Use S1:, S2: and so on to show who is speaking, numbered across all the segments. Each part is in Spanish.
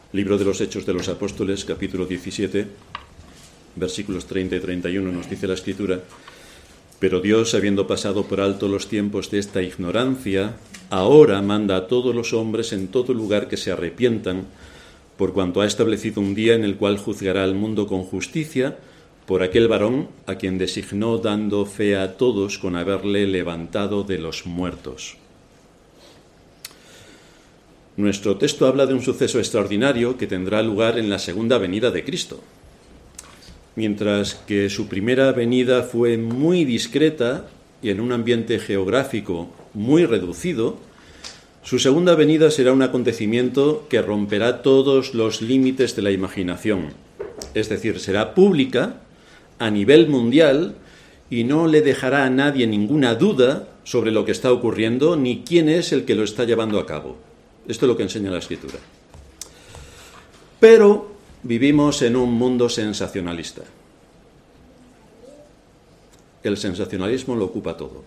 S1: Libro de los Hechos de los Apóstoles, capítulo 17, versículos 30 y 31, nos dice la Escritura: pero Dios, habiendo pasado por alto los tiempos de esta ignorancia, ahora manda a todos los hombres en todo lugar que se arrepientan, por cuanto ha establecido un día en el cual juzgará al mundo con justicia, por aquel varón a quien designó, dando fe a todos con haberle levantado de los muertos. Nuestro texto habla de un suceso extraordinario que tendrá lugar en la segunda venida de Cristo. Mientras que su primera venida fue muy discreta y en un ambiente geográfico muy reducido, su segunda venida será un acontecimiento que romperá todos los límites de la imaginación. Es decir, será pública a nivel mundial y no le dejará a nadie ninguna duda sobre lo que está ocurriendo ni quién es el que lo está llevando a cabo. Esto es lo que enseña la Escritura. Pero vivimos en un mundo sensacionalista. El sensacionalismo lo ocupa todo.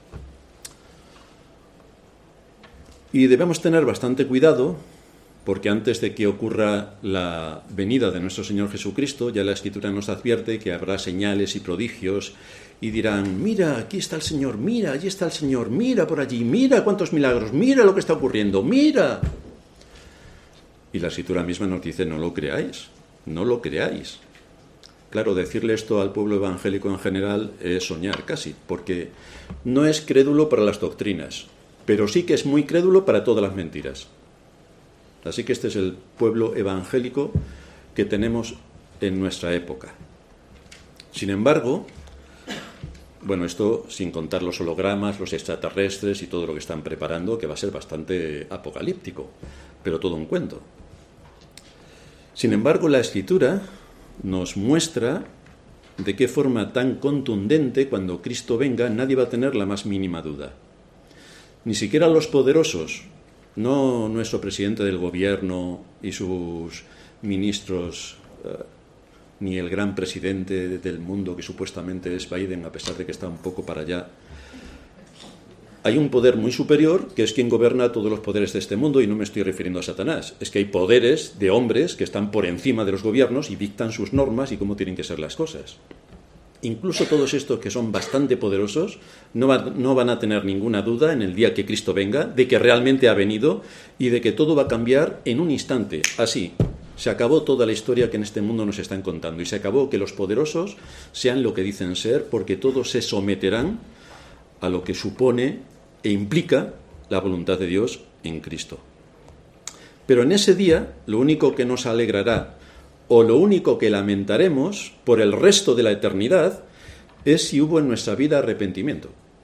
S1: Y debemos tener bastante cuidado, porque antes de que ocurra la venida de nuestro Señor Jesucristo, ya la Escritura nos advierte que habrá señales y prodigios, y dirán: mira, aquí está el Señor, mira, allí está el Señor, mira por allí, mira cuántos milagros, mira lo que está ocurriendo, mira. Y la Escritura misma nos dice: no lo creáis, no lo creáis. Claro, decirle esto al pueblo evangélico en general es soñar casi, porque no es crédulo para las doctrinas, pero sí que es muy crédulo para todas las mentiras. Así que este es el pueblo evangélico que tenemos en nuestra época. Sin embargo, bueno, esto sin contar los hologramas, los extraterrestres y todo lo que están preparando, que va a ser bastante apocalíptico, pero todo un cuento. Sin embargo, la Escritura nos muestra de qué forma tan contundente, cuando Cristo venga, nadie va a tener la más mínima duda. Ni siquiera los poderosos, no nuestro presidente del gobierno y sus ministros, ni el gran presidente del mundo que supuestamente es Biden, a pesar de que está un poco para allá. Hay un poder muy superior que es quien gobierna todos los poderes de este mundo, y no me estoy refiriendo a Satanás. Es que hay poderes de hombres que están por encima de los gobiernos y dictan sus normas y cómo tienen que ser las cosas. Incluso todos estos que son bastante poderosos no van a tener ninguna duda en el día que Cristo venga de que realmente ha venido y de que todo va a cambiar en un instante. Así, se acabó toda la historia que en este mundo nos están contando, y se acabó que los poderosos sean lo que dicen ser, porque todos se someterán a lo que supone e implica la voluntad de Dios en Cristo. Pero en ese día, lo único que nos alegrará o lo único que lamentaremos por el resto de la eternidad es si hubo en nuestra vida arrepentimiento.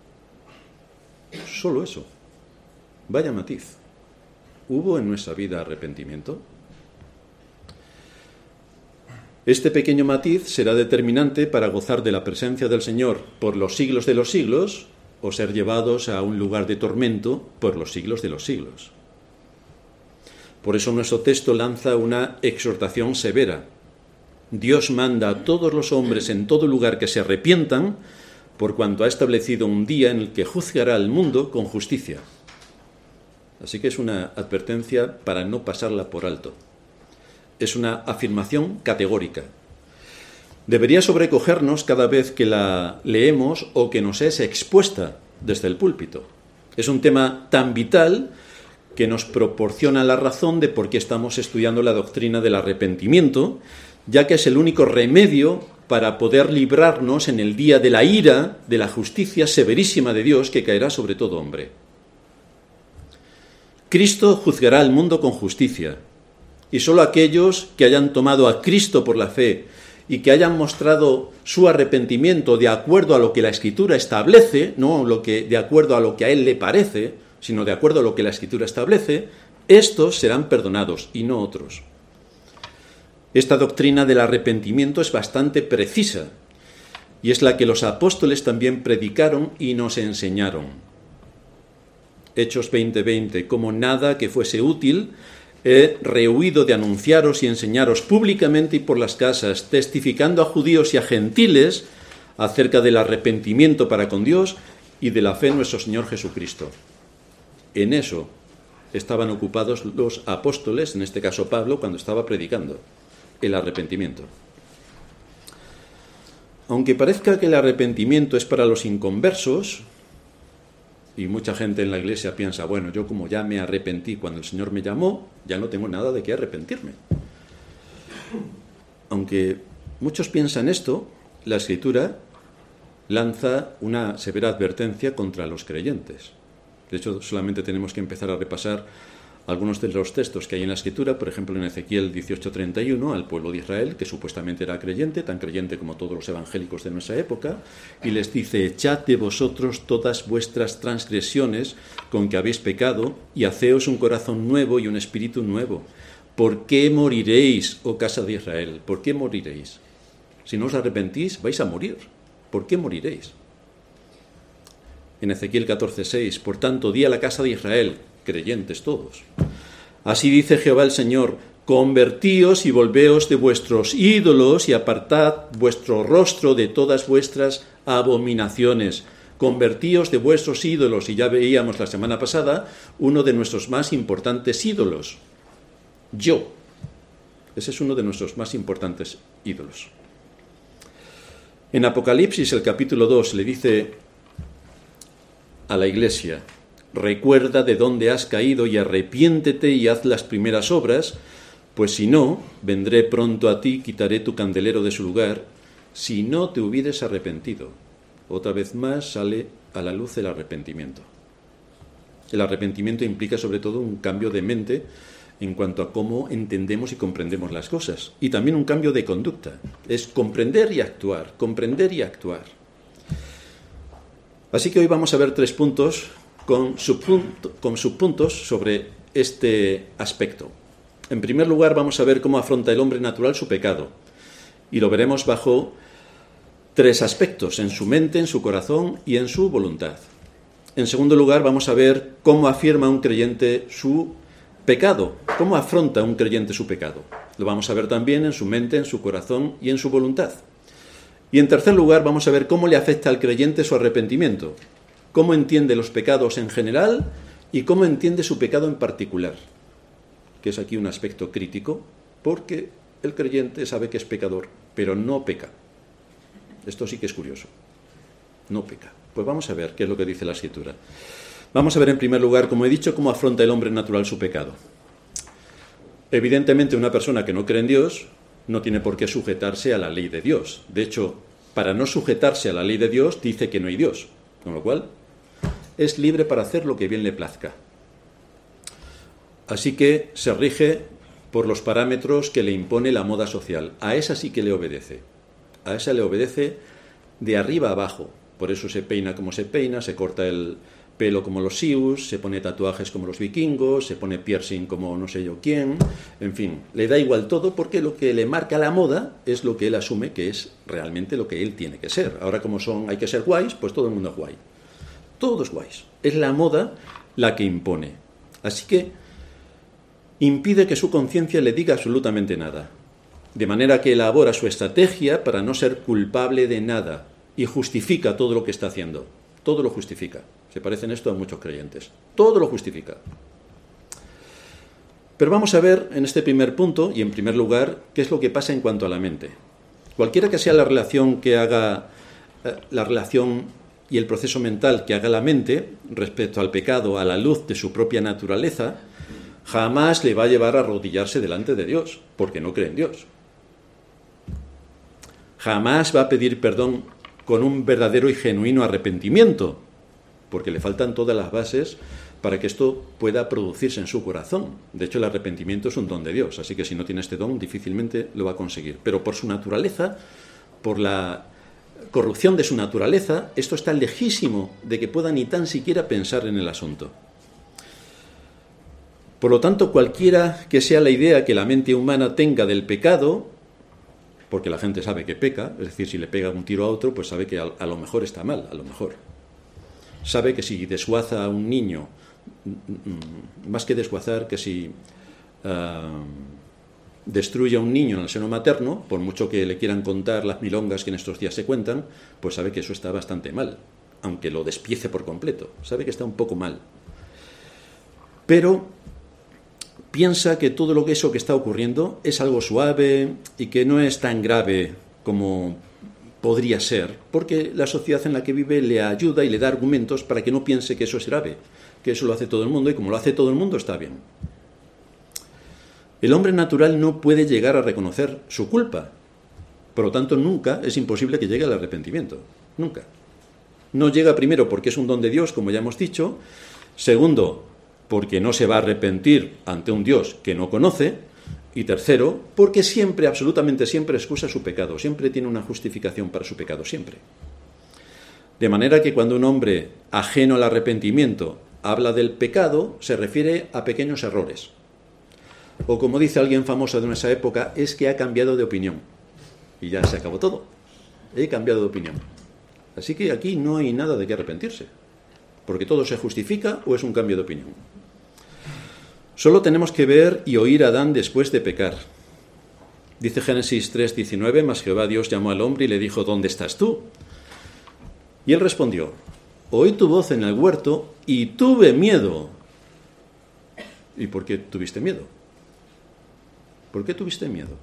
S1: Solo eso. Vaya matiz. ¿Hubo en nuestra vida arrepentimiento? Este pequeño matiz será determinante para gozar de la presencia del Señor por los siglos de los siglos, o ser llevados a un lugar de tormento por los siglos de los siglos. Por eso nuestro texto lanza una exhortación severa. Dios manda a todos los hombres en todo lugar que se arrepientan, por cuanto ha establecido un día en el que juzgará al mundo con justicia. Así que es una advertencia para no pasarla por alto. Es una afirmación categórica. Debería sobrecogernos cada vez que la leemos o que nos es expuesta desde el púlpito. Es un tema tan vital que nos proporciona la razón de por qué estamos estudiando la doctrina del arrepentimiento, ya que es el único remedio para poder librarnos en el día de la ira, de la justicia severísima de Dios que caerá sobre todo hombre. Cristo juzgará al mundo con justicia, y solo aquellos que hayan tomado a Cristo por la fe y que hayan mostrado su arrepentimiento de acuerdo a lo que la Escritura establece, no de acuerdo a lo que a él le parece, sino de acuerdo a lo que la Escritura establece, estos serán perdonados y no otros. Esta doctrina del arrepentimiento es bastante precisa y es la que los apóstoles también predicaron y nos enseñaron. Hechos 20:20: como nada que fuese útil, he rehuido de anunciaros y enseñaros públicamente y por las casas, testificando a judíos y a gentiles acerca del arrepentimiento para con Dios y de la fe en nuestro Señor Jesucristo. En eso estaban ocupados los apóstoles, en este caso Pablo, cuando estaba predicando: el arrepentimiento. Aunque parezca que el arrepentimiento es para los inconversos, y mucha gente en la iglesia piensa, bueno, yo como ya me arrepentí cuando el Señor me llamó, ya no tengo nada de qué arrepentirme. Aunque muchos piensan esto, la Escritura lanza una severa advertencia contra los creyentes. De hecho, solamente tenemos que empezar a repasar algunos de los textos que hay en la Escritura, por ejemplo en Ezequiel 18:31, al pueblo de Israel, que supuestamente era creyente, tan creyente como todos los evangélicos de nuestra época, y les dice: echad de vosotros todas vuestras transgresiones con que habéis pecado, y haceos un corazón nuevo y un espíritu nuevo. ¿Por qué moriréis, oh casa de Israel? ¿Por qué moriréis? Si no os arrepentís, vais a morir. ¿Por qué moriréis? En Ezequiel 14:6, por tanto, di a la casa de Israel, creyentes todos: así dice Jehová el Señor, convertíos y volveos de vuestros ídolos y apartad vuestro rostro de todas vuestras abominaciones. Convertíos de vuestros ídolos. Y ya veíamos la semana pasada uno de nuestros más importantes ídolos: yo. Ese es uno de nuestros más importantes ídolos. En Apocalipsis, el capítulo 2, le dice a la iglesia: recuerda de dónde has caído y arrepiéntete y haz las primeras obras, pues si no, vendré pronto a ti, quitaré tu candelero de su lugar, si no te hubieres arrepentido. Otra vez más sale a la luz el arrepentimiento. El arrepentimiento implica sobre todo un cambio de mente en cuanto a cómo entendemos y comprendemos las cosas, y también un cambio de conducta. Es comprender y actuar, comprender y actuar. Así que hoy vamos a ver 3 puntos con subpuntos sobre este aspecto. En primer lugar, vamos a ver cómo afronta el hombre natural su pecado, y lo veremos bajo 3 aspectos: en su mente, en su corazón y en su voluntad. En segundo lugar, vamos a ver cómo afirma un creyente su pecado, cómo afronta un creyente su pecado. Lo vamos a ver también en su mente, en su corazón y en su voluntad. Y en tercer lugar, vamos a ver cómo le afecta al creyente su arrepentimiento, cómo entiende los pecados en general y cómo entiende su pecado en particular, que es aquí un aspecto crítico, porque el creyente sabe que es pecador, pero no peca. Esto sí que es curioso. No peca. Pues vamos a ver qué es lo que dice la Escritura. Vamos a ver en primer lugar, como he dicho, cómo afronta el hombre natural su pecado. Evidentemente, una persona que no cree en Dios no tiene por qué sujetarse a la ley de Dios. De hecho, para no sujetarse a la ley de Dios, dice que no hay Dios. Con lo cual, es libre para hacer lo que bien le plazca. Así que se rige por los parámetros que le impone la moda social. A esa sí que le obedece. A esa le obedece de arriba a abajo. Por eso se peina como se peina, se corta el pelo como los sius, se pone tatuajes como los vikingos, se pone piercing como no sé yo quién, en fin, le da igual todo, porque lo que le marca la moda es lo que él asume que es realmente lo que él tiene que ser. Ahora, como hay que ser guays, pues todo el mundo es guay. Todos guays. Es la moda la que impone. Así que impide que su conciencia le diga absolutamente nada. De manera que elabora su estrategia para no ser culpable de nada y justifica todo lo que está haciendo. Todo lo justifica. Se parece en esto a muchos creyentes. Todo lo justifica. Pero vamos a ver en este primer punto, y en primer lugar, qué es lo que pasa en cuanto a la mente. Cualquiera que sea la relación que haga, la relación y el proceso mental que haga la mente respecto al pecado a la luz de su propia naturaleza, jamás le va a llevar a arrodillarse delante de Dios, porque no cree en Dios. Jamás va a pedir perdón con un verdadero y genuino arrepentimiento, porque le faltan todas las bases para que esto pueda producirse en su corazón. De hecho, el arrepentimiento es un don de Dios, así que si no tiene este don, difícilmente lo va a conseguir. Pero por su naturaleza, por la corrupción de su naturaleza, esto está lejísimo de que pueda ni tan siquiera pensar en el asunto. Por lo tanto, cualquiera que sea la idea que la mente humana tenga del pecado, porque la gente sabe que peca, es decir, si le pega un tiro a otro, pues sabe que a lo mejor está mal, a lo mejor. Sabe que si desguaza a un niño, más que desguazar, que si destruye a un niño en el seno materno, por mucho que le quieran contar las milongas que en estos días se cuentan, pues sabe que eso está bastante mal, aunque lo despiece por completo, sabe que está un poco mal. Pero piensa que todo eso que está ocurriendo es algo suave y que no es tan grave como podría ser, porque la sociedad en la que vive le ayuda y le da argumentos para que no piense que eso es grave, que eso lo hace todo el mundo y como lo hace todo el mundo está bien. El hombre natural no puede llegar a reconocer su culpa, por lo tanto nunca es imposible que llegue al arrepentimiento, nunca. No llega primero porque es un don de Dios, como ya hemos dicho, segundo, porque no se va a arrepentir ante un Dios que no conoce, y tercero, porque siempre, absolutamente siempre, excusa su pecado, siempre tiene una justificación para su pecado, siempre. De manera que cuando un hombre ajeno al arrepentimiento habla del pecado, se refiere a pequeños errores. O como dice alguien famoso de nuestra época, es que ha cambiado de opinión. Y ya se acabó todo. He cambiado de opinión. Así que aquí no hay nada de qué arrepentirse, porque todo se justifica o es un cambio de opinión. Solo tenemos que ver y oír a Adán después de pecar. Dice Génesis 3:19, mas Jehová Dios llamó al hombre y le dijo, ¿dónde estás tú? Y él respondió, oí tu voz en el huerto y tuve miedo. ¿Y por qué tuviste miedo? ¿Por qué tuviste miedo?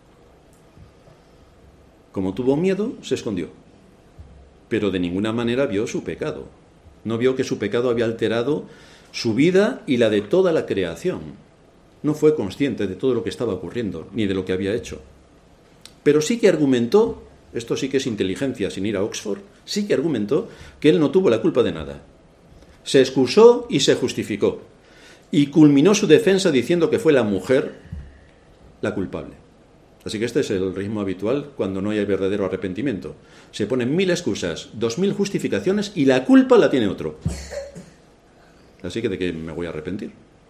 S1: Como tuvo miedo, se escondió. Pero de ninguna manera vio su pecado. No vio que su pecado había alterado su vida y la de toda la creación. No fue consciente de todo lo que estaba ocurriendo, ni de lo que había hecho. Pero sí que argumentó, esto sí que es inteligencia sin ir a Oxford, sí que argumentó que él no tuvo la culpa de nada. Se excusó y se justificó. Y culminó su defensa diciendo que fue la mujer la culpable. Así que este es el ritmo habitual cuando no hay verdadero arrepentimiento. Se ponen 1000 excusas, 2000 justificaciones y la culpa la tiene otro. Así que ¿de qué me voy a arrepentir?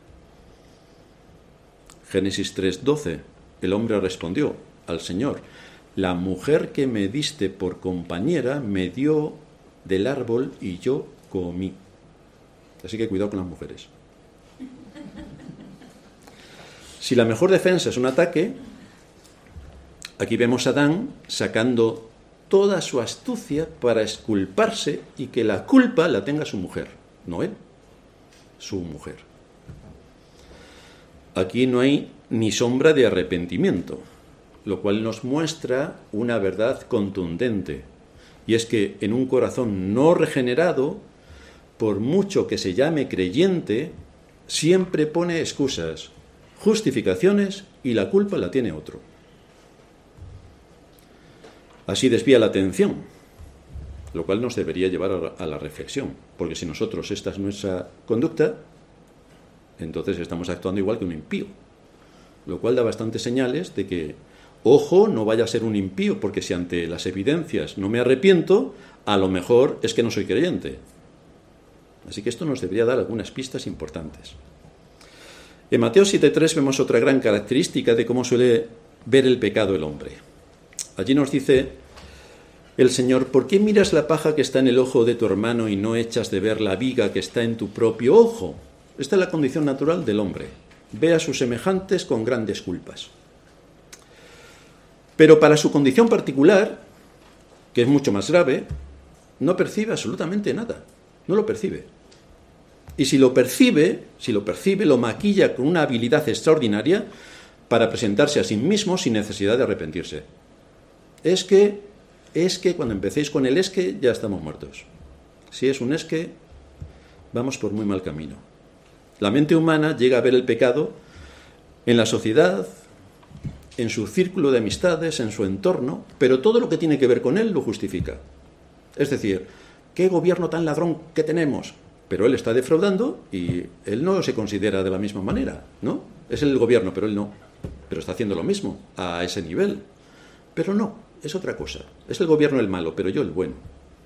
S1: Génesis 3:12. El hombre respondió al Señor, la mujer que me diste por compañera me dio del árbol y yo comí. Así que cuidado con las mujeres. Si la mejor defensa es un ataque, aquí vemos a Adán sacando toda su astucia para exculparse y que la culpa la tenga su mujer, no él, su mujer. Aquí no hay ni sombra de arrepentimiento, lo cual nos muestra una verdad contundente, y es que en un corazón no regenerado, por mucho que se llame creyente, siempre pone excusas, justificaciones y la culpa la tiene otro. Así desvía la atención, lo cual nos debería llevar a la reflexión, porque si nosotros esta es nuestra conducta, entonces estamos actuando igual que un impío, lo cual da bastantes señales de que, ojo, no vaya a ser un impío, porque si ante las evidencias no me arrepiento, a lo mejor es que no soy creyente. Así que esto nos debería dar algunas pistas importantes. En Mateo 7:3 vemos otra gran característica de cómo suele ver el pecado el hombre. Allí nos dice el Señor, ¿por qué miras la paja que está en el ojo de tu hermano y no echas de ver la viga que está en tu propio ojo? Esta es la condición natural del hombre. Ve a sus semejantes con grandes culpas. Pero para su condición particular, que es mucho más grave, no percibe absolutamente nada. No lo percibe. Y si lo percibe, lo maquilla con una habilidad extraordinaria para presentarse a sí mismo sin necesidad de arrepentirse. Es que cuando empecéis con el es que, ya estamos muertos. Si es un es que, vamos por muy mal camino. La mente humana llega a ver el pecado en la sociedad, en su círculo de amistades, en su entorno, pero todo lo que tiene que ver con él lo justifica. Es decir, ¿qué gobierno tan ladrón que tenemos? Pero él está defraudando y él no se considera de la misma manera, ¿no? Es el gobierno, pero él no. Pero está haciendo lo mismo, a ese nivel. Pero no, es otra cosa. Es el gobierno el malo, pero yo el bueno.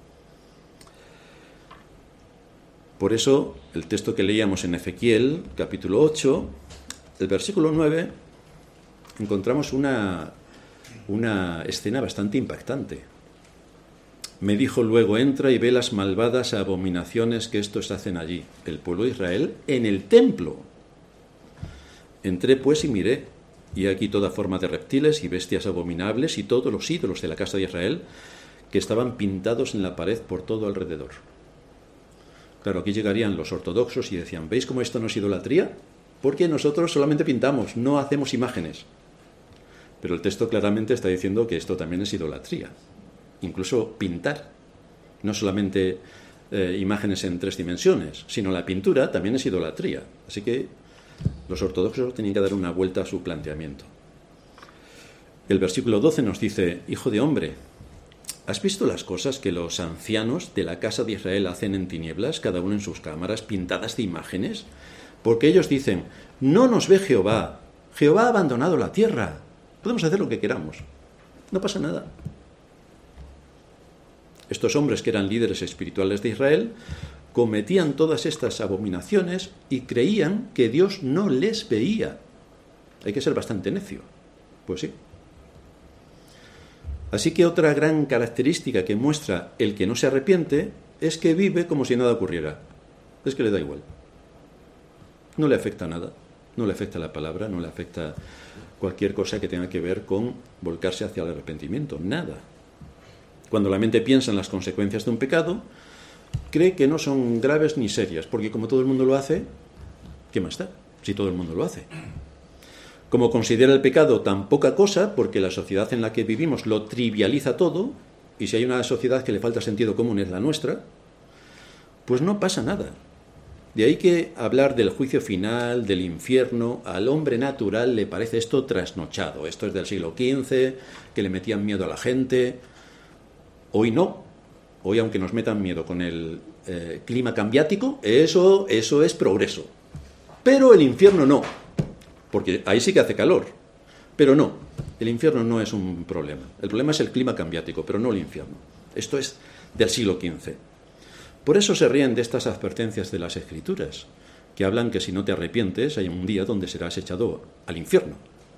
S1: Por eso, el texto que leíamos en Ezequiel, capítulo 8, el versículo 9, encontramos una escena bastante impactante. Me dijo luego, entra y ve las malvadas abominaciones que estos hacen allí, el pueblo de Israel, en el templo. Entré pues y miré, y aquí toda forma de reptiles y bestias abominables y todos los ídolos de la casa de Israel que estaban pintados en la pared por todo alrededor. Claro, aquí llegarían los ortodoxos y decían, ¿veis cómo esto no es idolatría? porque nosotros solamente pintamos, no hacemos imágenes. Pero el texto claramente está diciendo que esto también es idolatría. Incluso pintar, no solamente imágenes en 3 dimensiones, sino la pintura también es idolatría. Así que los ortodoxos tenían que dar una vuelta a su planteamiento. El versículo 12 nos dice: Hijo de hombre, ¿has visto las cosas que los ancianos de la casa de Israel hacen en tinieblas, cada uno en sus cámaras, pintadas de imágenes? Porque ellos dicen: no nos ve Jehová, Jehová ha abandonado la tierra, podemos hacer lo que queramos, no pasa nada. Estos hombres, que eran líderes espirituales de Israel, cometían todas estas abominaciones y creían que Dios no les veía. Hay que ser bastante necio. Pues sí. Así que otra gran característica que muestra el que no se arrepiente es que vive como si nada ocurriera. Es que le da igual. No le afecta nada. No le afecta la palabra, no le afecta cualquier cosa que tenga que ver con volcarse hacia el arrepentimiento. Nada. Cuando la mente piensa en las consecuencias de un pecado, cree que no son graves ni serias, porque como todo el mundo lo hace, ¿qué más da? Si todo el mundo lo hace. Como considera el pecado tan poca cosa, porque la sociedad en la que vivimos lo trivializa todo, y si hay una sociedad que le falta sentido común es la nuestra, pues no pasa nada. De ahí que hablar del juicio final, del infierno, al hombre natural le parece esto trasnochado. Esto es del siglo XV, que le metían miedo a la gente. Hoy no. Hoy, aunque nos metan miedo con el clima cambiático, eso es progreso. Pero el infierno no, porque ahí sí que hace calor. Pero no, el infierno no es un problema. El problema es el clima cambiático, pero no el infierno. Esto es del siglo XV. Por eso se ríen de estas advertencias de las Escrituras, que hablan que si no te arrepientes hay un día donde serás echado al infierno.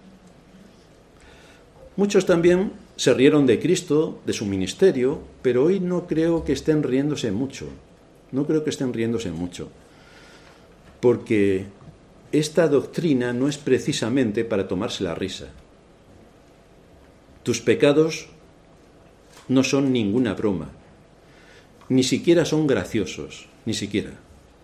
S1: Muchos también se rieron de Cristo, de su ministerio, pero hoy no creo que estén riéndose mucho. No creo que estén riéndose mucho. Porque esta doctrina no es precisamente para tomarse la risa. Tus pecados no son ninguna broma. Ni siquiera son graciosos, ni siquiera.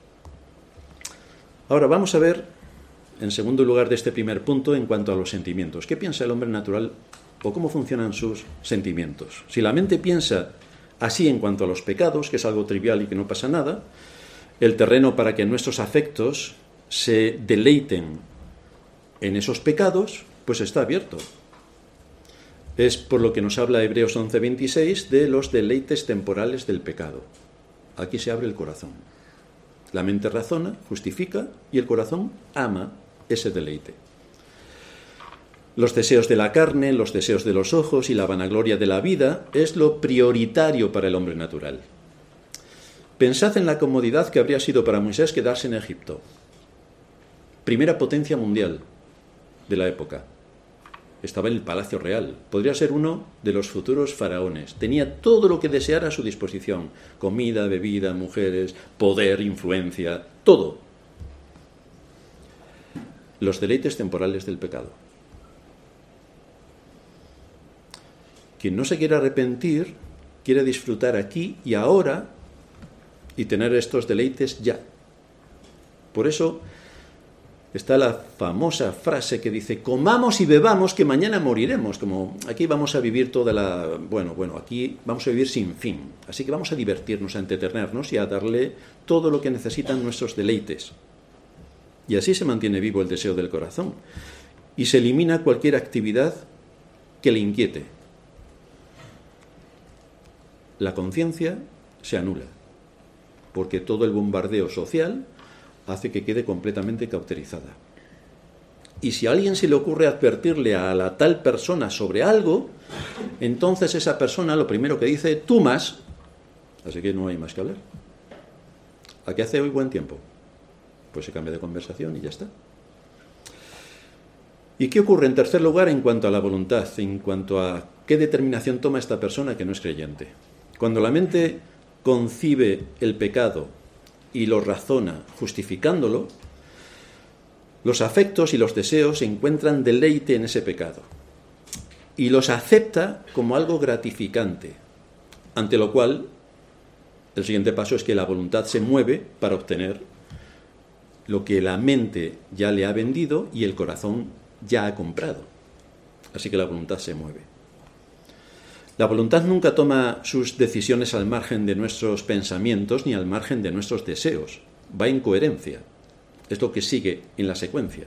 S1: Ahora vamos a ver, en segundo lugar de este primer punto, en cuanto a los sentimientos. ¿Qué piensa el hombre natural o cómo funcionan sus sentimientos? Si la mente piensa así en cuanto a los pecados, que es algo trivial y que no pasa nada, el terreno para que nuestros afectos se deleiten en esos pecados, pues está abierto. Es por lo que nos habla Hebreos 11:26 de los deleites temporales del pecado. Aquí se abre el corazón. La mente razona, justifica, y el corazón ama ese deleite. Los deseos de la carne, los deseos de los ojos y la vanagloria de la vida es lo prioritario para el hombre natural. Pensad en la comodidad que habría sido para Moisés quedarse en Egipto. Primera potencia mundial de la época. Estaba en el palacio real. Podría ser uno de los futuros faraones. Tenía todo lo que deseara a su disposición. Comida, bebida, mujeres, poder, influencia, todo. Los deleites temporales del pecado. Quien no se quiere arrepentir, quiere disfrutar aquí y ahora y tener estos deleites ya. Por eso está la famosa frase que dice: comamos y bebamos que mañana moriremos. Como aquí vamos a vivir toda la... Bueno, aquí vamos a vivir sin fin. Así que vamos a divertirnos, a entretenernos y a darle todo lo que necesitan nuestros deleites. Y así se mantiene vivo el deseo del corazón. Y se elimina cualquier actividad que le inquiete. La conciencia se anula, porque todo el bombardeo social hace que quede completamente cauterizada. Y si a alguien se le ocurre advertirle a la tal persona sobre algo, entonces esa persona lo primero que dice: tú más. Así que no hay más que hablar. ¿A qué hace hoy buen tiempo? Pues se cambia de conversación y ya está. ¿Y qué ocurre en tercer lugar en cuanto a la voluntad, en cuanto a qué determinación toma esta persona que no es creyente? Cuando la mente concibe el pecado y lo razona justificándolo, los afectos y los deseos encuentran deleite en ese pecado y los acepta como algo gratificante, ante lo cual el siguiente paso es que la voluntad se mueve para obtener lo que la mente ya le ha vendido y el corazón ya ha comprado. Así que la voluntad se mueve. La voluntad nunca toma sus decisiones al margen de nuestros pensamientos ni al margen de nuestros deseos. Va en coherencia. Es lo que sigue en la secuencia.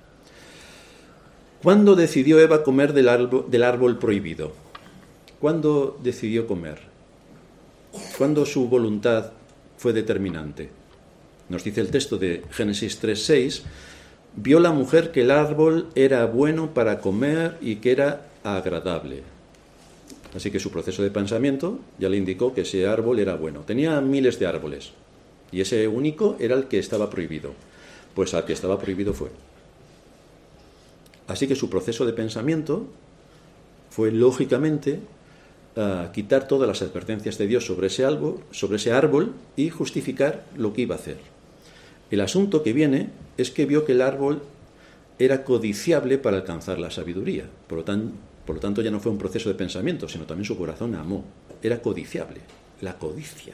S1: ¿Cuándo decidió Eva comer del árbol prohibido? ¿Cuándo decidió comer? ¿Cuándo su voluntad fue determinante? Nos dice el texto de Génesis 3:6, vio la mujer que el árbol era bueno para comer y que era agradable. Así que su proceso de pensamiento ya le indicó que ese árbol era bueno. Tenía miles de árboles y ese único era el que estaba prohibido. Pues al que estaba prohibido fue. Así que su proceso de pensamiento fue lógicamente quitar todas las advertencias de Dios sobre ese árbol y justificar lo que iba a hacer. El asunto que viene es que vio que el árbol era codiciable para alcanzar la sabiduría. Por lo tanto, ya no fue un proceso de pensamiento, sino también su corazón amó. Era codiciable. La codicia.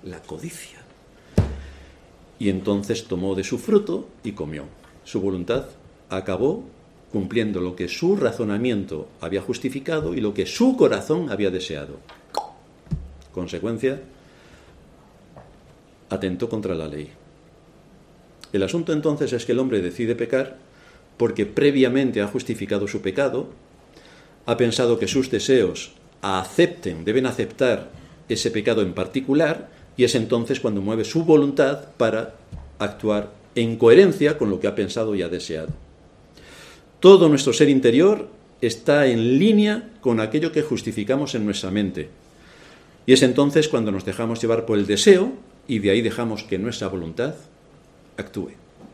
S1: Y entonces tomó de su fruto y comió. Su voluntad acabó cumpliendo lo que su razonamiento había justificado y lo que su corazón había deseado. Consecuencia, atentó contra la ley. El asunto entonces es que el hombre decide pecar porque previamente ha justificado su pecado, ha pensado que sus deseos deben aceptar ese pecado en particular, y es entonces cuando mueve su voluntad para actuar en coherencia con lo que ha pensado y ha deseado. Todo nuestro ser interior está en línea con aquello que justificamos en nuestra mente. Y es entonces cuando nos dejamos llevar por el deseo y de ahí dejamos que nuestra voluntad actúe.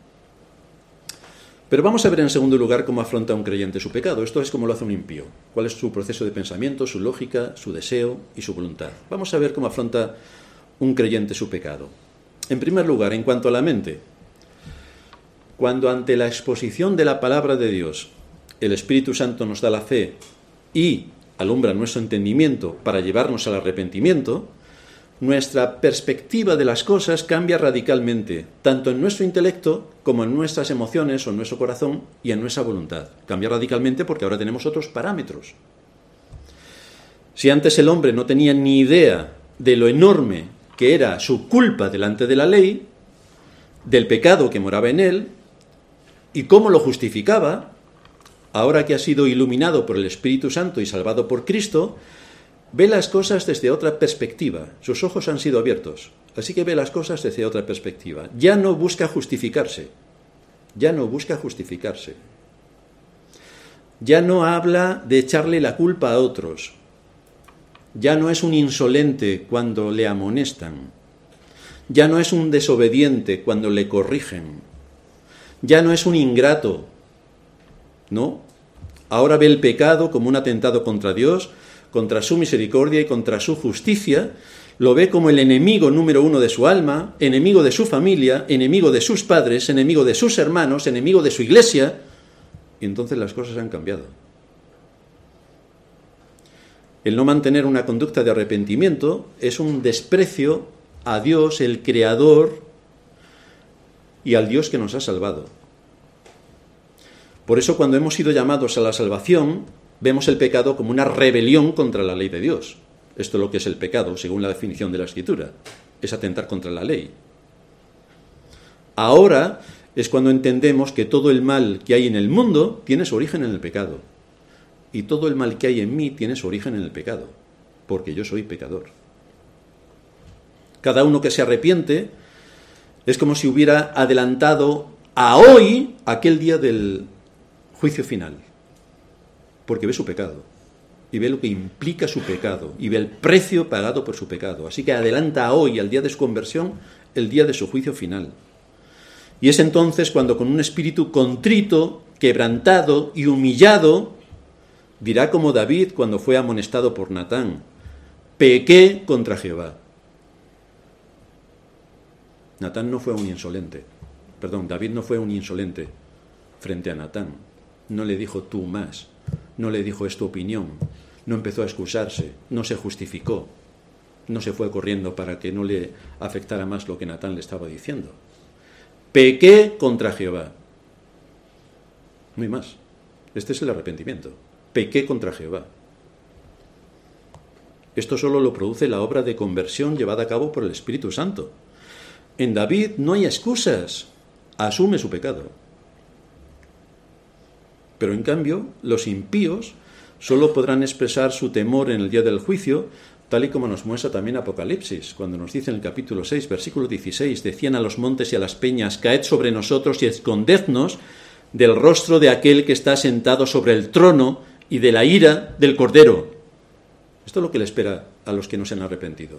S1: Pero vamos a ver en segundo lugar cómo afronta un creyente su pecado. Esto es como lo hace un impío. ¿Cuál es su proceso de pensamiento, su lógica, su deseo y su voluntad? Vamos a ver cómo afronta un creyente su pecado. En primer lugar, en cuanto a la mente, cuando ante la exposición de la palabra de Dios el Espíritu Santo nos da la fe y alumbra nuestro entendimiento para llevarnos al arrepentimiento, nuestra perspectiva de las cosas cambia radicalmente, tanto en nuestro intelecto como en nuestras emociones o en nuestro corazón y en nuestra voluntad. Cambia radicalmente porque ahora tenemos otros parámetros. Si antes el hombre no tenía ni idea de lo enorme que era su culpa delante de la ley, del pecado que moraba en él, y cómo lo justificaba, ahora que ha sido iluminado por el Espíritu Santo y salvado por Cristo, ve las cosas desde otra perspectiva. Sus ojos han sido abiertos, así que ve las cosas desde otra perspectiva. Ya no busca justificarse. Ya no habla de echarle la culpa a otros. Ya no es un insolente cuando le amonestan. Ya no es un desobediente cuando le corrigen. Ya no es un ingrato. No. Ahora ve el pecado como un atentado contra Dios, contra su misericordia y contra su justicia. Lo ve como el enemigo número uno de su alma, enemigo de su familia, enemigo de sus padres, enemigo de sus hermanos, enemigo de su iglesia. Y entonces las cosas han cambiado. El no mantener una conducta de arrepentimiento es un desprecio a Dios, el Creador, y al Dios que nos ha salvado. Por eso, cuando hemos sido llamados a la salvación, vemos el pecado como una rebelión contra la ley de Dios. Esto es lo que es el pecado, según la definición de la Escritura. Es atentar contra la ley. Ahora es cuando entendemos que todo el mal que hay en el mundo tiene su origen en el pecado. Y todo el mal que hay en mí tiene su origen en el pecado, porque yo soy pecador. Cada uno que se arrepiente es como si hubiera adelantado a hoy aquel día del juicio final, porque ve su pecado y ve lo que implica su pecado y ve el precio pagado por su pecado. Así que adelanta a hoy, al día de su conversión, el día de su juicio final. Y es entonces cuando, con un espíritu contrito, quebrantado y humillado, dirá como David cuando fue amonestado por Natán: pequé contra Jehová. David no fue un insolente frente a Natán. No le dijo tú más, no le dijo es tu opinión, no empezó a excusarse, no se justificó, no se fue corriendo para que no le afectara más lo que Natán le estaba diciendo. Pequé contra Jehová. No hay más. Este es el arrepentimiento. Pequé contra Jehová. Esto solo lo produce la obra de conversión llevada a cabo por el Espíritu Santo. En David no hay excusas. Asume su pecado. Pero en cambio, los impíos solo podrán expresar su temor en el día del juicio, tal y como nos muestra también Apocalipsis, cuando nos dice en el capítulo 6, versículo 16, decían a los montes y a las peñas, caed sobre nosotros y escondednos del rostro de aquel que está sentado sobre el trono y de la ira del Cordero. Esto es lo que le espera a los que no se han arrepentido.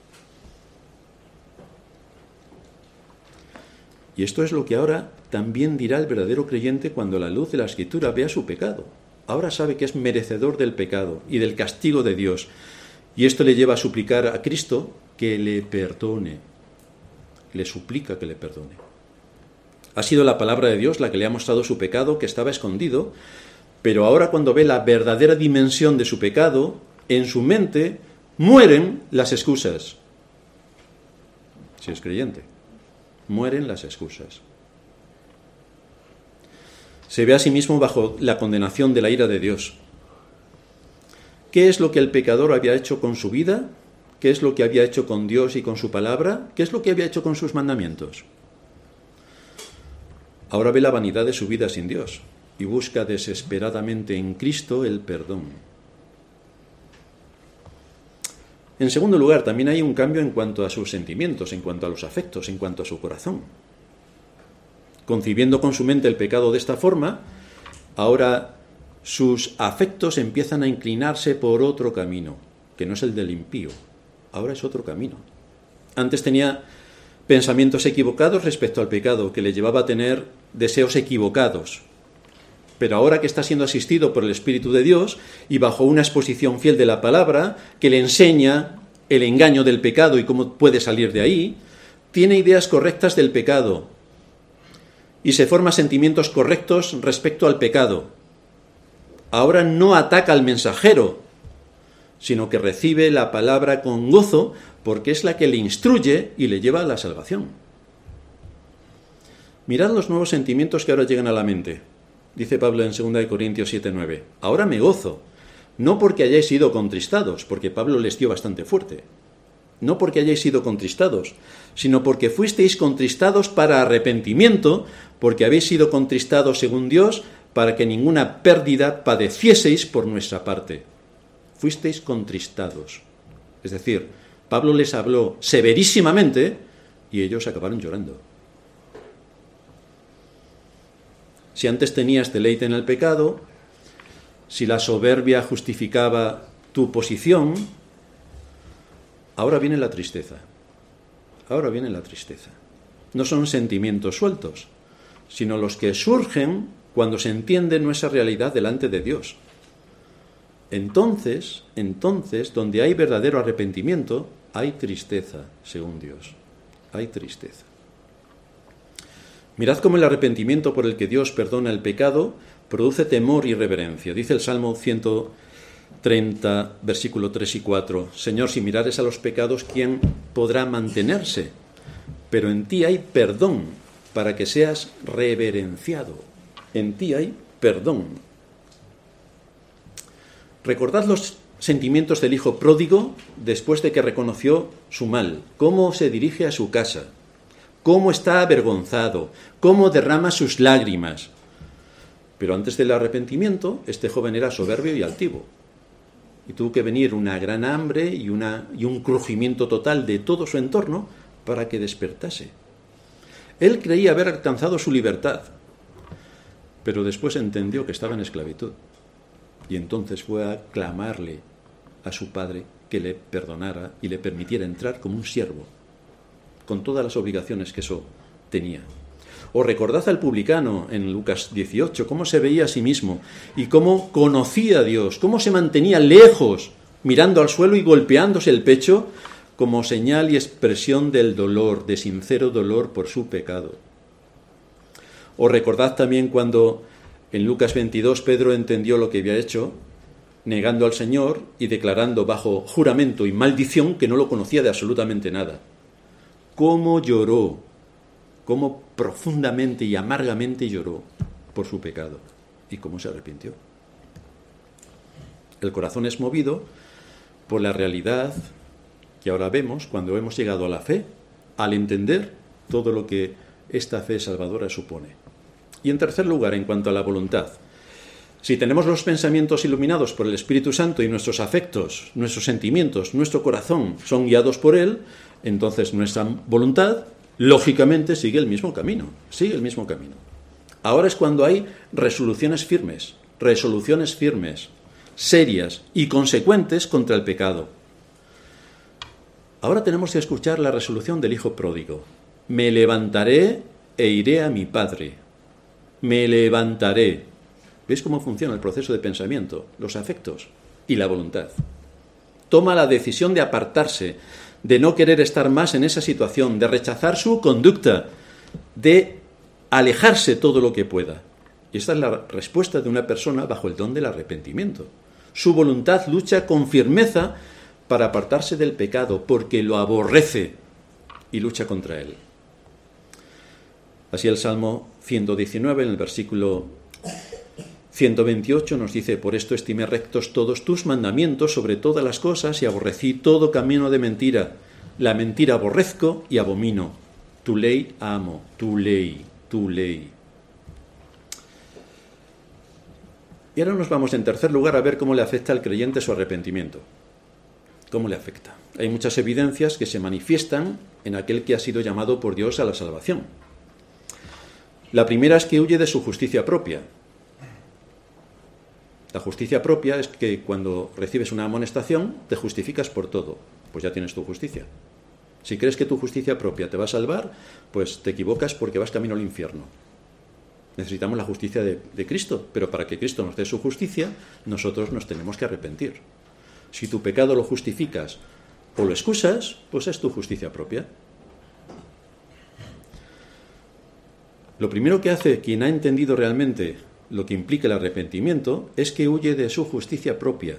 S1: Y esto es lo que ahora también dirá el verdadero creyente cuando a la luz de la Escritura vea su pecado. Ahora sabe que es merecedor del pecado y del castigo de Dios. Y esto le lleva a suplicar a Cristo que le perdone. Le suplica que le perdone. Ha sido la palabra de Dios la que le ha mostrado su pecado que estaba escondido, pero ahora cuando ve la verdadera dimensión de su pecado, en su mente mueren las excusas. Si es creyente, mueren las excusas. Se ve a sí mismo bajo la condenación de la ira de Dios. ¿Qué es lo que el pecador había hecho con su vida? ¿Qué es lo que había hecho con Dios y con su palabra? ¿Qué es lo que había hecho con sus mandamientos? Ahora ve la vanidad de su vida sin Dios y busca desesperadamente en Cristo el perdón. En segundo lugar, también hay un cambio en cuanto a sus sentimientos, en cuanto a los afectos, en cuanto a su corazón. Concibiendo con su mente el pecado de esta forma, ahora sus afectos empiezan a inclinarse por otro camino, que no es el del impío, ahora es otro camino. Antes tenía pensamientos equivocados respecto al pecado, que le llevaba a tener deseos equivocados. Pero ahora que está siendo asistido por el Espíritu de Dios y bajo una exposición fiel de la palabra, que le enseña el engaño del pecado y cómo puede salir de ahí, tiene ideas correctas del pecado y se forma sentimientos correctos respecto al pecado. Ahora no ataca al mensajero, sino que recibe la palabra con gozo, porque es la que le instruye y le lleva a la salvación. Mirad los nuevos sentimientos que ahora llegan a la mente. Dice Pablo en 2 Corintios 7:9, ahora me gozo, no porque hayáis sido contristados, porque Pablo les dio bastante fuerte, no porque hayáis sido contristados, sino porque fuisteis contristados para arrepentimiento, porque habéis sido contristados según Dios, para que ninguna pérdida padecieseis por nuestra parte. Fuisteis contristados. Es decir, Pablo les habló severísimamente y ellos acabaron llorando. Si antes tenías deleite en el pecado, si la soberbia justificaba tu posición, ahora viene la tristeza. Ahora viene la tristeza. No son sentimientos sueltos, sino los que surgen cuando se entiende nuestra realidad delante de Dios. Entonces, donde hay verdadero arrepentimiento, hay tristeza, según Dios. Hay tristeza. Mirad cómo el arrepentimiento por el que Dios perdona el pecado produce temor y reverencia. Dice el Salmo 130, versículo 3 y 4. Señor, si mirares a los pecados, ¿quién podrá mantenerse? Pero en ti hay perdón para que seas reverenciado. En ti hay perdón. Recordad los sentimientos del hijo pródigo después de que reconoció su mal. Cómo se dirige a su casa. Cómo está avergonzado. Cómo derrama sus lágrimas. Pero antes del arrepentimiento, este joven era soberbio y altivo. Y tuvo que venir una gran hambre y un crujimiento total de todo su entorno para que despertase. Él creía haber alcanzado su libertad, pero después entendió que estaba en esclavitud. Y entonces fue a clamarle a su padre que le perdonara y le permitiera entrar como un siervo, con todas las obligaciones que eso tenía. O recordad al publicano en Lucas 18, cómo se veía a sí mismo y cómo conocía a Dios, cómo se mantenía lejos, mirando al suelo y golpeándose el pecho como señal y expresión del dolor, de sincero dolor por su pecado. O recordad también cuando en Lucas 22 Pedro entendió lo que había hecho, negando al Señor y declarando bajo juramento y maldición que no lo conocía de absolutamente nada. ¿Cómo lloró cómo profundamente y amargamente lloró por su pecado y cómo se arrepintió. El corazón es movido por la realidad que ahora vemos cuando hemos llegado a la fe, al entender todo lo que esta fe salvadora supone. Y en tercer lugar, en cuanto a la voluntad, si tenemos los pensamientos iluminados por el Espíritu Santo y nuestros afectos, nuestros sentimientos, nuestro corazón son guiados por Él, entonces nuestra voluntad, lógicamente, sigue el mismo camino. Ahora es cuando hay resoluciones firmes, serias y consecuentes contra el pecado. Ahora tenemos que escuchar la resolución del hijo pródigo. Me levantaré e iré a mi padre. Me levantaré. ¿Veis cómo funciona el proceso de pensamiento, los afectos y la voluntad? Toma la decisión de apartarse, de no querer estar más en esa situación, de rechazar su conducta, de alejarse todo lo que pueda. Y esta es la respuesta de una persona bajo el don del arrepentimiento. Su voluntad lucha con firmeza para apartarse del pecado, porque lo aborrece y lucha contra él. Así el Salmo 119, en el versículo 128, nos dice: por esto estimé rectos todos tus mandamientos sobre todas las cosas y aborrecí todo camino de mentira. La mentira aborrezco y abomino. Tu ley amo, tu ley. Y ahora nos vamos en tercer lugar a ver cómo le afecta al creyente su arrepentimiento. ¿Cómo le afecta? Hay muchas evidencias que se manifiestan en aquel que ha sido llamado por Dios a la salvación. La primera es que huye de su justicia propia. La justicia propia es que cuando recibes una amonestación te justificas por todo, pues ya tienes tu justicia. Si crees que tu justicia propia te va a salvar, pues te equivocas porque vas camino al infierno. Necesitamos la justicia de Cristo, pero para que Cristo nos dé su justicia, nosotros nos tenemos que arrepentir. Si tu pecado lo justificas o lo excusas, pues es tu justicia propia. Lo primero que hace quien ha entendido realmente lo que implica el arrepentimiento es que huye de su justicia propia.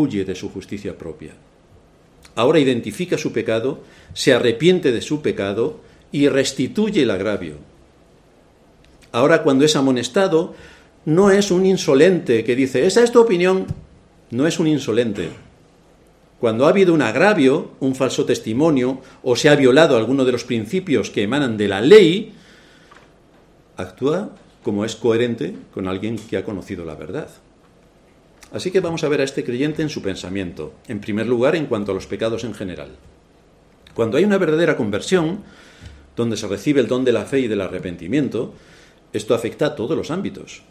S1: Ahora identifica su pecado, se arrepiente de su pecado y restituye el agravio. Ahora, cuando es amonestado, no es un insolente que dice: esa es tu opinión. No es un insolente. Cuando ha habido un agravio, un falso testimonio, o se ha violado alguno de los principios que emanan de la ley, actúa como es coherente con alguien que ha conocido la verdad. Así que vamos a ver a este creyente en su pensamiento. En primer lugar, en cuanto a los pecados en general. Cuando hay una verdadera conversión, donde se recibe el don de la fe y del arrepentimiento, esto afecta a todos los ámbitos.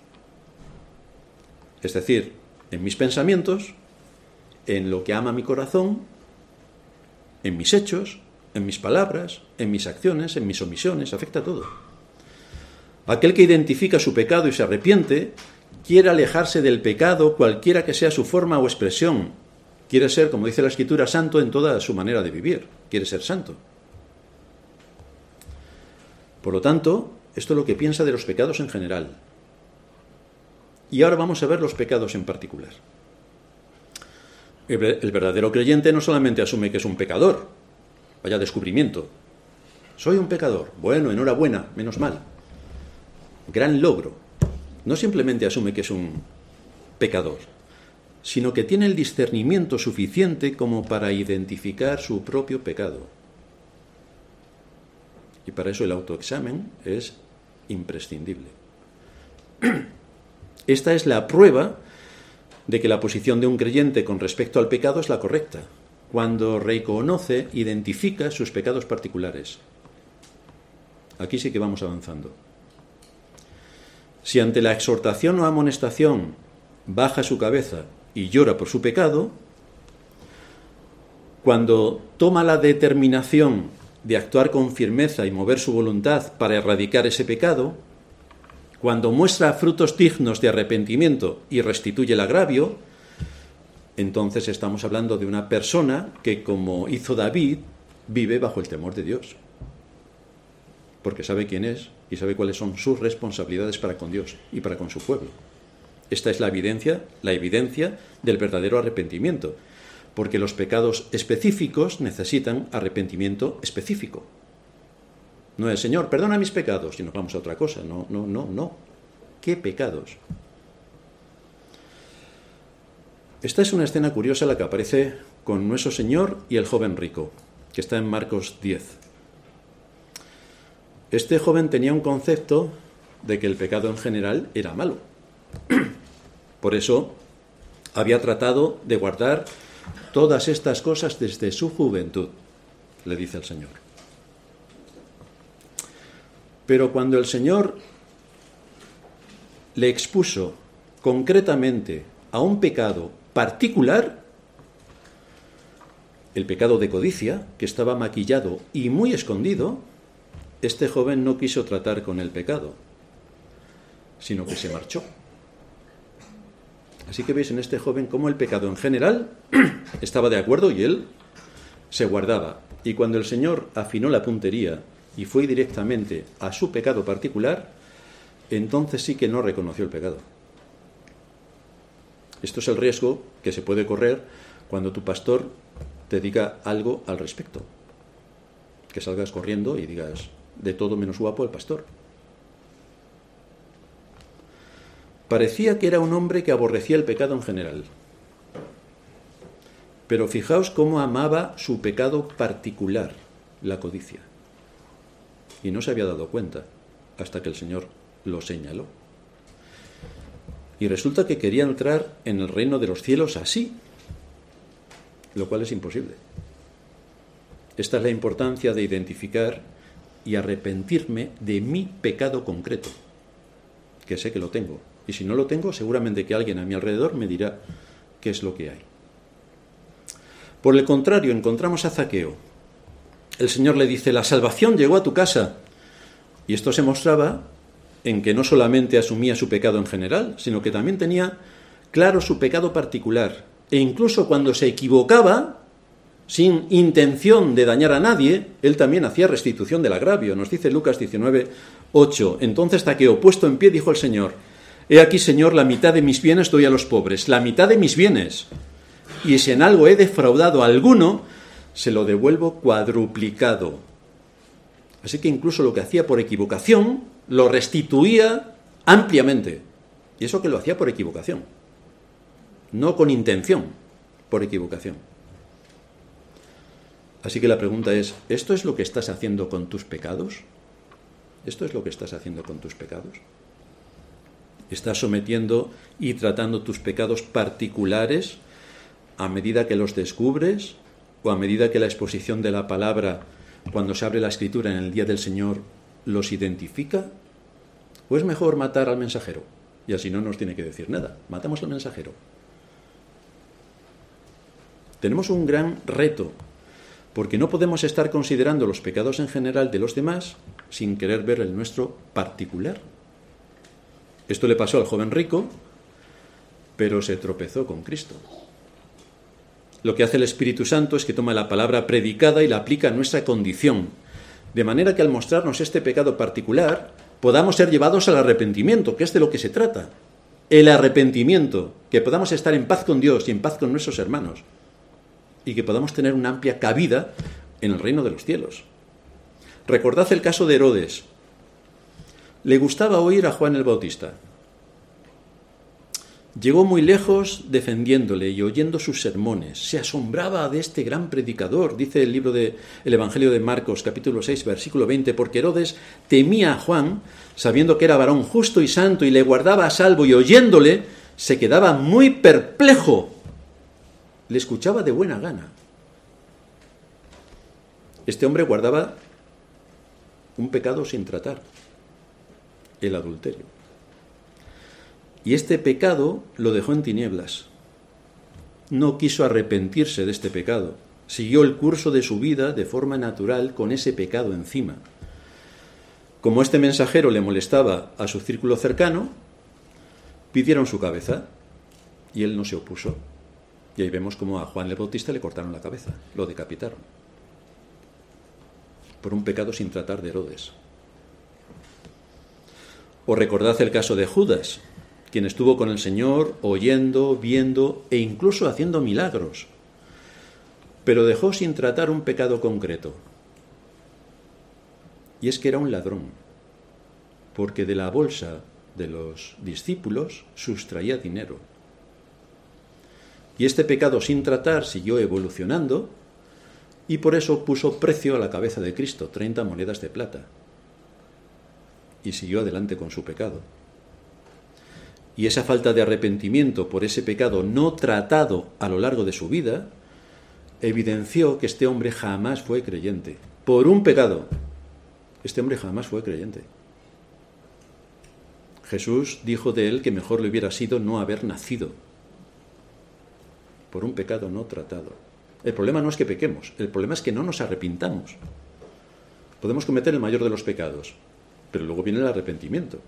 S1: Es decir, en mis pensamientos, en lo que ama mi corazón, en mis hechos, en mis palabras, en mis acciones, en mis omisiones, afecta a todo. Aquel que identifica su pecado y se arrepiente, quiere alejarse del pecado cualquiera que sea su forma o expresión. Quiere ser, como dice la Escritura, santo en toda su manera de vivir. Quiere ser santo. Por lo tanto, esto es lo que piensa de los pecados en general. Y ahora vamos a ver los pecados en particular. El verdadero creyente no solamente asume que es un pecador, vaya descubrimiento. Soy un pecador. Bueno, enhorabuena, menos mal. Gran logro. No simplemente asume que es un pecador, sino que tiene el discernimiento suficiente como para identificar su propio pecado. Y para eso el autoexamen es imprescindible. Esta es la prueba de que la posición de un creyente con respecto al pecado es la correcta, cuando reconoce, identifica sus pecados particulares. Aquí sí que vamos avanzando. Si ante la exhortación o amonestación baja su cabeza y llora por su pecado, cuando toma la determinación de actuar con firmeza y mover su voluntad para erradicar ese pecado, cuando muestra frutos dignos de arrepentimiento y restituye el agravio, entonces estamos hablando de una persona que, como hizo David, vive bajo el temor de Dios. Porque sabe quién es y sabe cuáles son sus responsabilidades para con Dios y para con su pueblo. Esta es la evidencia del verdadero arrepentimiento, porque los pecados específicos necesitan arrepentimiento específico. No es, Señor, perdona mis pecados, y nos vamos a otra cosa. No. ¿Qué pecados? Esta es una escena curiosa la que aparece con nuestro Señor y el joven rico, que está en Marcos 10. Este joven tenía un concepto de que el pecado en general era malo. Por eso había tratado de guardar todas estas cosas desde su juventud, le dice el Señor. Pero cuando el Señor le expuso concretamente a un pecado particular, el pecado de codicia, que estaba maquillado y muy escondido, este joven no quiso tratar con el pecado, sino que se marchó. Así que veis en este joven cómo el pecado en general estaba de acuerdo y él se guardaba. Y cuando el Señor afinó la puntería y fue directamente a su pecado particular, entonces sí que no reconoció el pecado. Esto es el riesgo que se puede correr cuando tu pastor te diga algo al respecto. Que salgas corriendo y digas, de todo menos guapo el pastor. Parecía que era un hombre que aborrecía el pecado en general. Pero fijaos cómo amaba su pecado particular, la codicia. Y no se había dado cuenta hasta que el Señor lo señaló. Y resulta que quería entrar en el reino de los cielos así, lo cual es imposible. Esta es la importancia de identificar y arrepentirme de mi pecado concreto, que sé que lo tengo. Y si no lo tengo, seguramente que alguien a mi alrededor me dirá qué es lo que hay. Por el contrario, encontramos a Zaqueo. El Señor le dice, la salvación llegó a tu casa. Y esto se mostraba en que no solamente asumía su pecado en general, sino que también tenía claro su pecado particular. E incluso cuando se equivocaba, sin intención de dañar a nadie, él también hacía restitución del agravio. Nos dice Lucas 19:8. Entonces Zaqueo, puesto en pie, dijo el Señor, he aquí, Señor, la mitad de mis bienes doy a los pobres, la mitad de mis bienes. Y si en algo he defraudado a alguno, se lo devuelvo cuadruplicado. Así que incluso lo que hacía por equivocación, lo restituía ampliamente. Y eso que lo hacía por equivocación. No con intención, por equivocación. Así que la pregunta es, ¿esto es lo que estás haciendo con tus pecados? ¿Esto es lo que estás haciendo con tus pecados? ¿Estás sometiendo y tratando tus pecados particulares a medida que los descubres o a medida que la exposición de la palabra, cuando se abre la Escritura en el día del Señor, los identifica? ¿O es mejor matar al mensajero? Y así no nos tiene que decir nada. Matamos al mensajero. Tenemos un gran reto, porque no podemos estar considerando los pecados en general de los demás sin querer ver el nuestro particular. Esto le pasó al joven rico, pero se tropezó con Cristo. Lo que hace el Espíritu Santo es que toma la palabra predicada y la aplica a nuestra condición, de manera que al mostrarnos este pecado particular, podamos ser llevados al arrepentimiento, que es de lo que se trata. El arrepentimiento, que podamos estar en paz con Dios y en paz con nuestros hermanos, y que podamos tener una amplia cabida en el reino de los cielos. Recordad el caso de Herodes. Le gustaba oír a Juan el Bautista. Llegó muy lejos defendiéndole y oyendo sus sermones. Se asombraba de este gran predicador, dice el libro del Evangelio de Marcos, capítulo 6, versículo 20, porque Herodes temía a Juan, sabiendo que era varón justo y santo, y le guardaba a salvo, y oyéndole se quedaba muy perplejo. Le escuchaba de buena gana. Este hombre guardaba un pecado sin tratar, el adulterio. Y este pecado lo dejó en tinieblas. No quiso arrepentirse de este pecado. Siguió el curso de su vida de forma natural con ese pecado encima. Como este mensajero le molestaba a su círculo cercano, pidieron su cabeza y él no se opuso. Y ahí vemos cómo a Juan el Bautista le cortaron la cabeza, lo decapitaron. Por un pecado sin tratar de Herodes. O recordad el caso de Judas, quien estuvo con el Señor oyendo, viendo e incluso haciendo milagros, pero dejó sin tratar un pecado concreto. y es que era un ladrón, porque de la bolsa de los discípulos sustraía dinero. Y este pecado sin tratar siguió evolucionando y por eso puso precio a la cabeza de Cristo, 30 monedas de plata. Y siguió adelante con su pecado. Y esa falta de arrepentimiento por ese pecado no tratado a lo largo de su vida evidenció que este hombre jamás fue creyente. Por un pecado, este hombre jamás fue creyente. Jesús dijo de él que mejor le hubiera sido no haber nacido, por un pecado no tratado. El problema no es que pequemos, el problema es que no nos arrepintamos. Podemos cometer el mayor de los pecados, pero luego viene el arrepentimiento.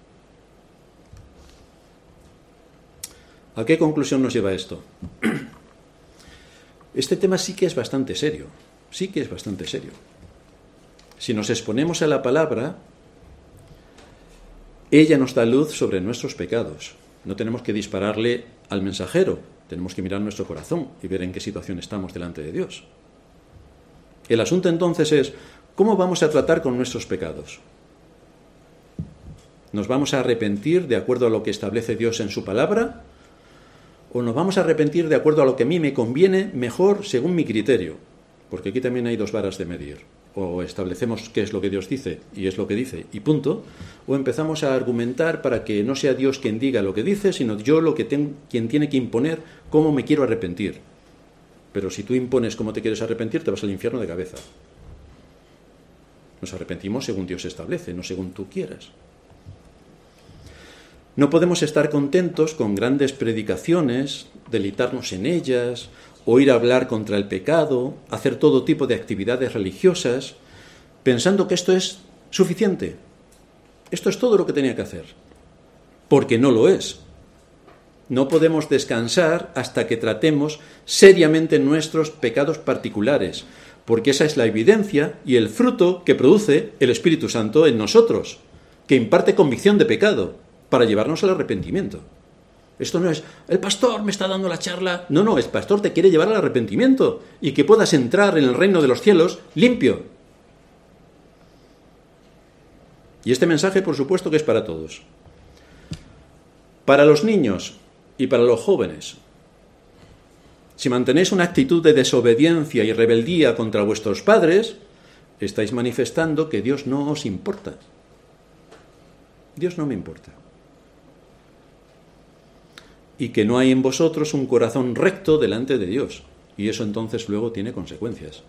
S1: ¿A qué conclusión nos lleva esto? Este tema sí que es bastante serio, sí que es bastante serio. Si nos exponemos a la palabra, ella nos da luz sobre nuestros pecados. No tenemos que dispararle al mensajero, tenemos que mirar nuestro corazón y ver en qué situación estamos delante de Dios. El asunto entonces es, ¿cómo vamos a tratar con nuestros pecados? ¿Nos vamos a arrepentir de acuerdo a lo que establece Dios en su palabra? ¿O nos vamos a arrepentir de acuerdo a lo que a mí me conviene mejor según mi criterio? Porque aquí también hay dos varas de medir. O establecemos qué es lo que Dios dice y es lo que dice y punto, o empezamos a argumentar para que no sea Dios quien diga lo que dice, sino yo quien tiene que imponer cómo me quiero arrepentir. Pero si tú impones cómo te quieres arrepentir, te vas al infierno de cabeza. Nos arrepentimos según Dios establece, no según tú quieras. No podemos estar contentos con grandes predicaciones, deleitarnos en ellas, oír hablar contra el pecado, hacer todo tipo de actividades religiosas, pensando que esto es suficiente. Esto es todo lo que tenía que hacer. Porque no lo es. No podemos descansar hasta que tratemos seriamente nuestros pecados particulares, porque esa es la evidencia y el fruto que produce el Espíritu Santo en nosotros, que imparte convicción de pecado para llevarnos al arrepentimiento. Esto no es, el pastor me está dando la charla. No, el pastor te quiere llevar al arrepentimiento y que puedas entrar en el reino de los cielos limpio. Y este mensaje, por supuesto, que es para todos. Para los niños y para los jóvenes. Si mantenéis una actitud de desobediencia y rebeldía contra vuestros padres, estáis manifestando que Dios no os importa. Dios no me importa. Y que no hay en vosotros un corazón recto delante de Dios. Y eso entonces luego tiene consecuencias.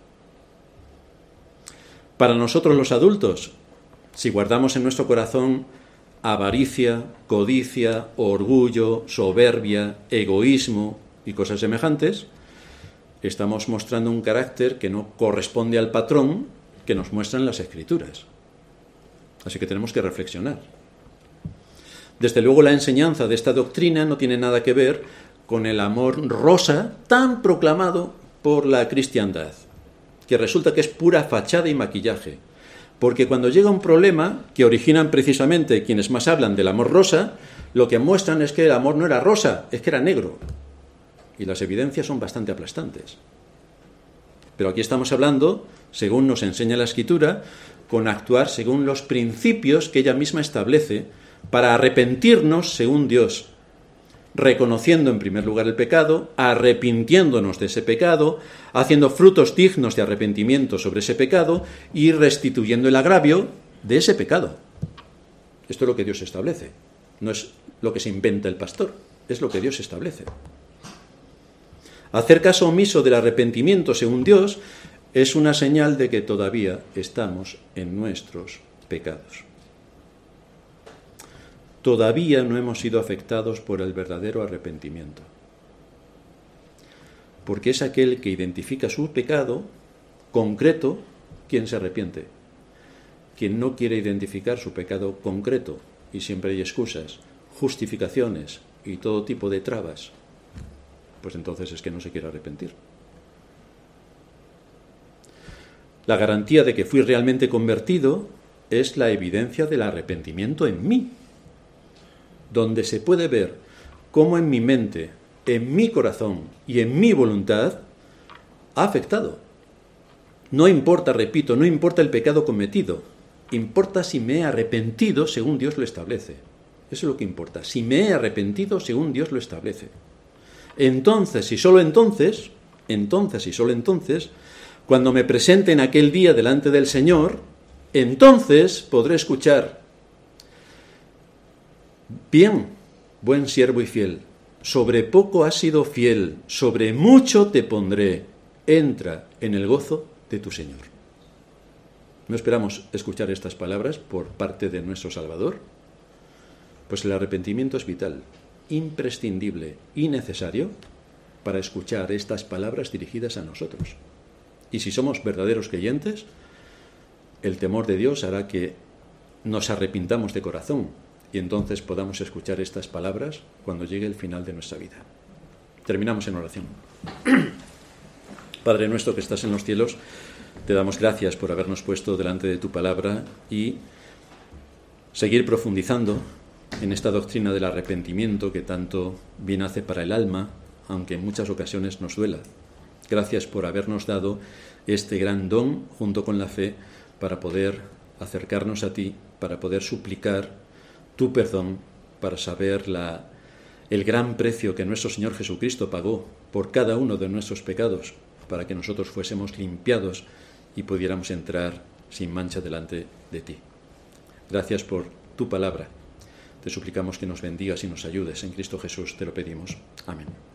S1: Para nosotros los adultos, si guardamos en nuestro corazón avaricia, codicia, orgullo, soberbia, egoísmo y cosas semejantes, estamos mostrando un carácter que no corresponde al patrón que nos muestran las Escrituras. Así que tenemos que reflexionar. Desde luego la enseñanza de esta doctrina no tiene nada que ver con el amor rosa tan proclamado por la cristiandad, que resulta que es pura fachada y maquillaje. Porque cuando llega un problema que originan precisamente quienes más hablan del amor rosa, lo que muestran es que el amor no era rosa, es que era negro. Y las evidencias son bastante aplastantes. Pero aquí estamos hablando, según nos enseña la Escritura, con actuar según los principios que ella misma establece para arrepentirnos según Dios, reconociendo en primer lugar el pecado, arrepintiéndonos de ese pecado, haciendo frutos dignos de arrepentimiento sobre ese pecado y restituyendo el agravio de ese pecado. Esto es lo que Dios establece, no es lo que se inventa el pastor, es lo que Dios establece. Hacer caso omiso del arrepentimiento según Dios es una señal de que todavía estamos en nuestros pecados. Todavía no hemos sido afectados por el verdadero arrepentimiento. Porque es aquel que identifica su pecado concreto quien se arrepiente. Quien no quiere identificar su pecado concreto, y siempre hay excusas, justificaciones y todo tipo de trabas, pues entonces es que no se quiere arrepentir. La garantía de que fui realmente convertido es la evidencia del arrepentimiento en mí, donde se puede ver cómo en mi mente, en mi corazón y en mi voluntad ha afectado. No importa, repito, no importa el pecado cometido, Importa si me he arrepentido según Dios lo establece. Eso es lo que importa. Si me he arrepentido según Dios lo establece. Entonces, y solo entonces, cuando me presente en aquel día delante del Señor, entonces podré escuchar: bien, buen siervo y fiel, sobre poco has sido fiel, sobre mucho te pondré, entra en el gozo de tu Señor. ¿No esperamos escuchar estas palabras por parte de nuestro Salvador? Pues el arrepentimiento es vital, imprescindible y necesario para escuchar estas palabras dirigidas a nosotros. Y si somos verdaderos creyentes, el temor de Dios hará que nos arrepintamos de corazón y entonces podamos escuchar estas palabras cuando llegue el final de nuestra vida. Terminamos en oración. Padre nuestro que estás en los cielos, te damos gracias por habernos puesto delante de tu palabra y seguir profundizando en esta doctrina del arrepentimiento que tanto bien hace para el alma, aunque en muchas ocasiones nos duela. Gracias por habernos dado este gran don junto con la fe para poder acercarnos a ti, para poder suplicar tu perdón, para saber el gran precio que nuestro Señor Jesucristo pagó por cada uno de nuestros pecados, para que nosotros fuésemos limpiados y pudiéramos entrar sin mancha delante de ti. Gracias por tu palabra. Te suplicamos que nos bendigas y nos ayudes. En Cristo Jesús te lo pedimos. Amén.